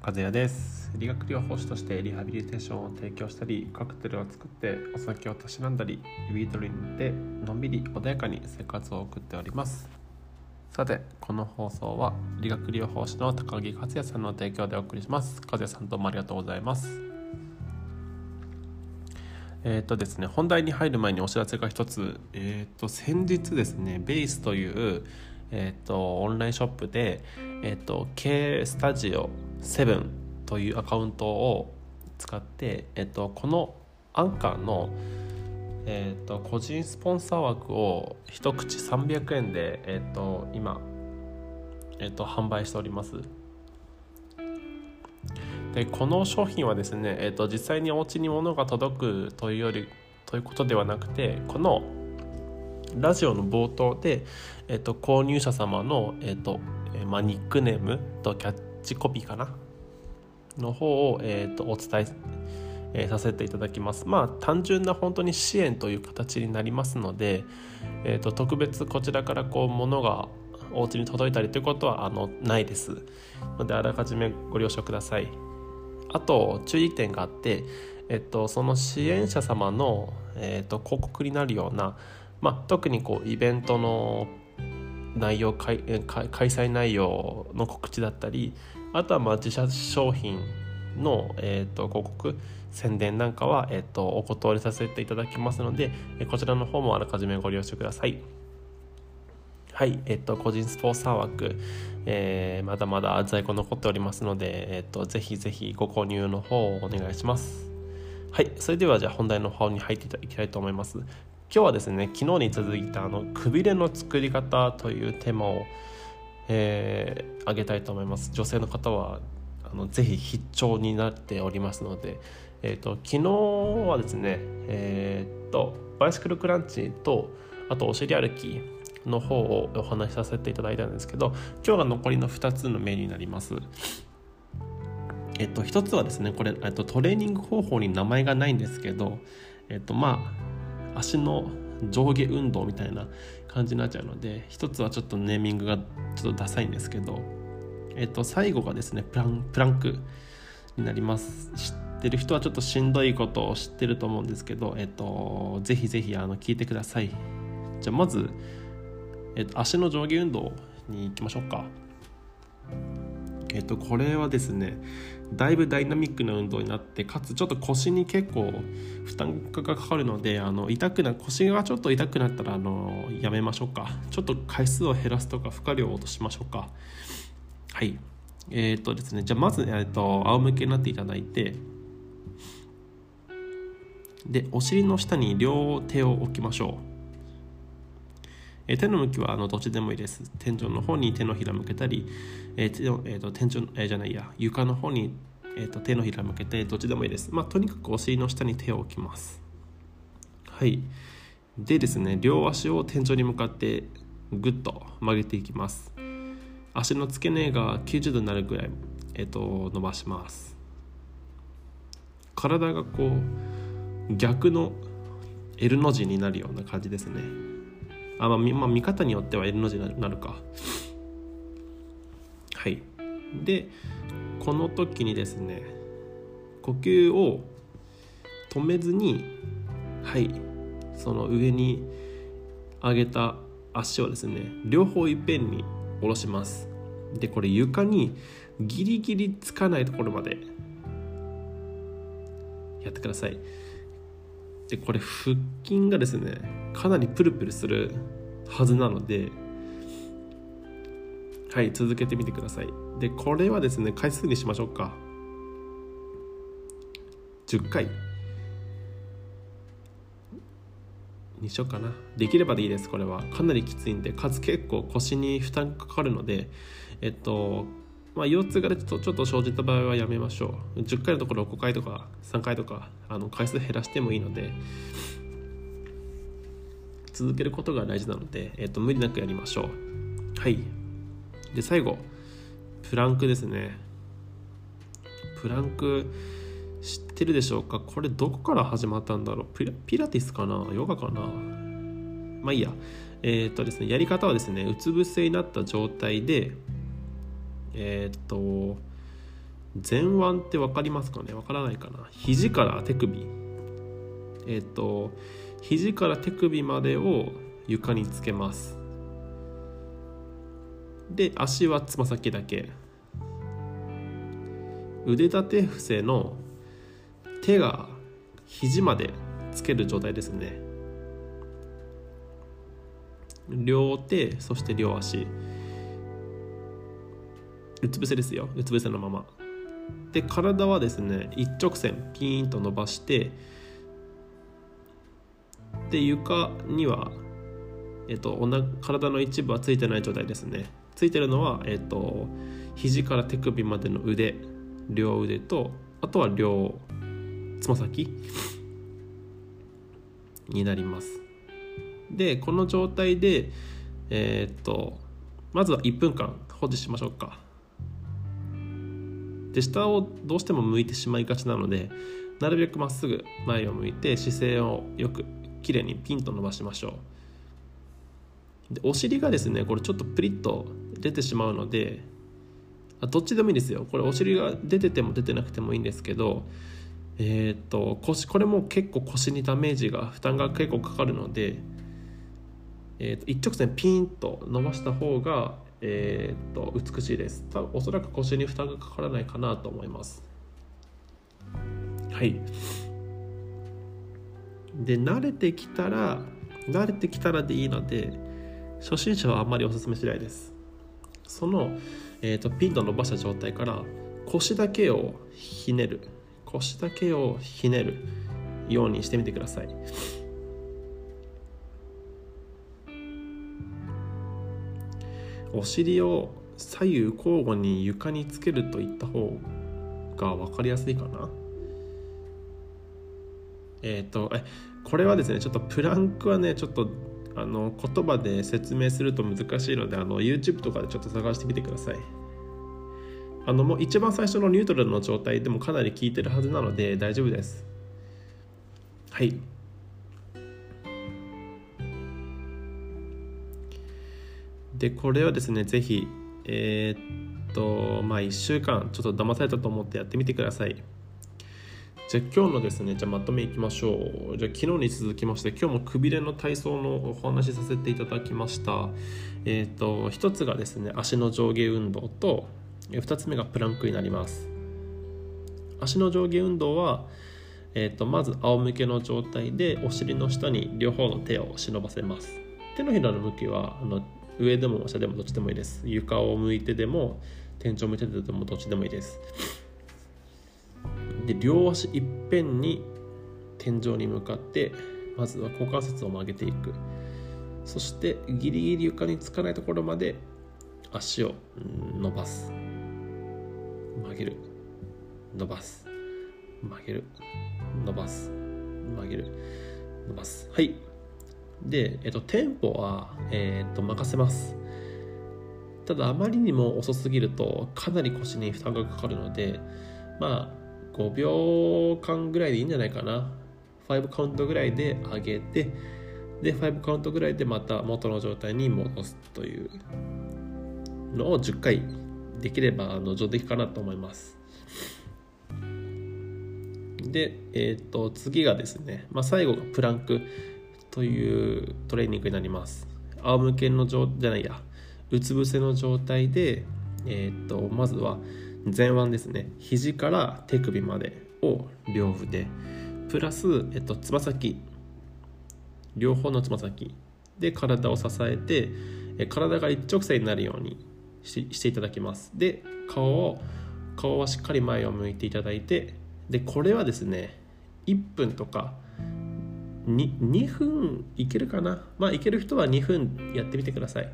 和也です。理学療法士としてリハビリテーションを提供したり、カクテルを作ってお酒をたしなんだり、ビートルに行ってのんびり穏やかに生活を送っております。さて、この放送は理学療法士の高木和也さんの提供でお送りします。和也さんどうもありがとうございます。ですね、本題に入る前にお知らせが一つ、先日ですね、ベースというオンラインショップで、K スタジオ7というアカウントを使って、このアンカーの、個人スポンサー枠を一口300円で、今、販売しております。でこの商品はですね、実際にお家に物が届くということではなくて、このラジオの冒頭で、購入者様の、ニックネームとキャッチコピーかなの方を、お伝えさせていただきます。単純な本当に支援という形になりますので、特別こちらから物がお家に届いたりということはないですので、あらかじめご了承ください。あと注意点があって、その支援者様の、広告になるような、特にイベントの内容、開催内容の告知だったり、あとは自社商品の、広告宣伝なんかは、お断りさせていただきますので、こちらの方もあらかじめご了承ください。はい、個人スポンサー枠、まだまだ在庫残っておりますので、ぜひぜひご購入の方をお願いします。はい、それではじゃあ本題の方に入っていきたいと思います。今日はですね、昨日に続いたくびれの作り方というテーマを、挙げたいと思います。女性の方はぜひ必聴になっておりますので、昨日はですね、バイシクルクランチとあとお尻歩きの方をお話しさせていただいたんですけど、今日が残りの2つのメニューになります。一つはですね、これトレーニング方法に名前がないんですけど、足の上下運動みたいな感じになっちゃうので、一つはちょっとネーミングがちょっとダサいんですけど、最後がですねプランクになります。知ってる人はちょっとしんどいことを知ってると思うんですけど、ぜひぜひ聞いてください。じゃあまず、足の上下運動に行きましょうか。これはですね、だいぶダイナミックな運動になって、かつちょっと腰に結構負担がかかるので、腰がちょっと痛くなったらやめましょうか。ちょっと回数を減らすとか負荷量を落としましょうか。はい。ですね、じゃあまず、仰向けになっていただいて、でお尻の下に両手を置きましょう。手の向きはどっちでもいいです。天井の方に手のひら向けたり、床の方に、手のひら向けてどっちでもいいです。とにかくお尻の下に手を置きます。はい。でですね、両足を天井に向かってぐっと曲げていきます。足の付け根が90度になるぐらい、伸ばします。体が逆の L の字になるような感じですね。見方によっては L の字になるか。はい。でこの時にですね、呼吸を止めずに、はい、その上に上げた足をですね、両方いっぺんに下ろします。でこれ床にギリギリつかないところまでやってください。でこれ腹筋がですね、かなりプルプルするはずなので、はい、続けてみてください。でこれはですね、回数にしましょうか。10回にしようかな。できればでいいです。これはかなりきついんで、かつ結構腰に負担かかるので、腰痛がちょっと生じた場合はやめましょう。10回のところ5回とか3回とか回数減らしてもいいので、続けることが大事なので、無理なくやりましょう。はい。で最後プランクですね。プランク知ってるでしょうか。これどこから始まったんだろう。ピラティスかな、ヨガかな。いいや。ですね、やり方はですね、うつ伏せになった状態で前腕って分かりますかね。分からないかな。肘から手首、肘から手首までを床につけます。で足はつま先だけ。腕立て伏せの手が肘までつける状態ですね。両手、そして両足、うつ伏せですよ。うつ伏せのままで、体はですね一直線ピーンと伸ばして、で床には、体の一部はついてない状態ですね。ついてるのは、肘から手首までの腕、両腕と、あとは両つま先になります。でこの状態で、まずは1分間保持しましょうか。で下をどうしても向いてしまいがちなので、なるべくまっすぐ前を向いて姿勢をよくきれいにピンと伸ばしましょう。でお尻がですねこれちょっとプリッと出てしまうので、どっちでもいいですよ。これお尻が出てても出てなくてもいいんですけど、腰、これも結構腰にダメージが、負担が結構かかるので、一直線ピーンと伸ばした方が、美しいです。おそらく腰に負担がかからないかなと思います。はい。で慣れてきたらでいいので、初心者はあんまりおすすめしないです。その、ピンと伸ばした状態から腰だけをひねるようにしてみてください。お尻を左右交互に床につけるといった方が分かりやすいかな。これはですねちょっとプランクはねちょっと言葉で説明すると難しいのでYouTube とかでちょっと探してみてください。もう一番最初のニュートラルの状態でもかなり効いてるはずなので大丈夫です。はい。でこれはですねぜひ1週間ちょっと騙されたと思ってやってみてください。じゃあ今日のですねまとめいきましょう。じゃあ昨日に続きまして今日もくびれの体操のお話しさせていただきました。一つがですね足の上下運動と、2つ目がプランクになります。足の上下運動は、まず仰向けの状態でお尻の下に両方の手を忍ばせます。手のひらの向きは上でも下でもどっちでもいいです。床を向いてでも天井を向いてでもどっちでもいいです。で両足いっぺんに天井に向かってまずは股関節を曲げていく。そしてギリギリ床につかないところまで足を伸ばす、曲げる、伸ばす、曲げる、伸ばす、曲げる、伸ばす。はい。で、テンポは、任せます。ただあまりにも遅すぎるとかなり腰に負担がかかるので、5秒間ぐらいでいいんじゃないかな。5カウントぐらいで上げて、で5カウントぐらいでまた元の状態に戻すというのを10回できれば上出来かなと思います。で、次がですね、最後がプランクというトレーニングになります。仰向けのうつ伏せの状態で、まずは前腕ですね、肘から手首までを両腕プラス、つま先、両方のつま先で体を支えて、体が一直線になるようにしていただきます。で顔はしっかり前を向いていただいて、でこれはですね1分とか 2分いけるかな。いける人は2分やってみてください。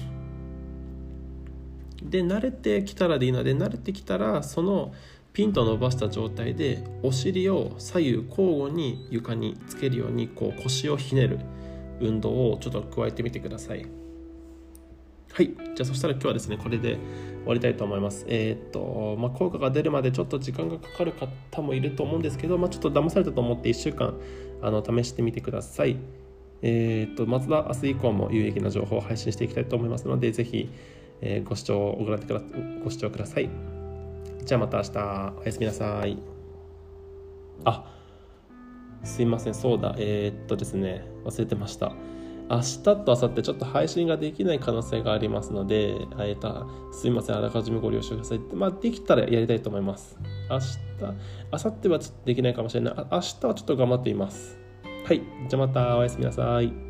で慣れてきたらでいいので、慣れてきたらそのピンと伸ばした状態でお尻を左右交互に床につけるように腰をひねる運動をちょっと加えてみてください。はい。じゃあそしたら今日はですねこれで終わりたいと思います。効果が出るまでちょっと時間がかかる方もいると思うんですけど、ちょっと騙されたと思って1週間試してみてください。まずは明日以降も有益な情報を配信していきたいと思いますので、ぜひご視聴ください。 じゃあまた明日おやすみなさい。すいません、そうだ、ですね、忘れてました。明日と明後日ちょっと配信ができない可能性がありますので、すいません、あらかじめご了承ください。できたらやりたいと思います。明後日はちょっとできないかもしれない。明日はちょっと頑張っています。はい、じゃあまたおやすみなさい。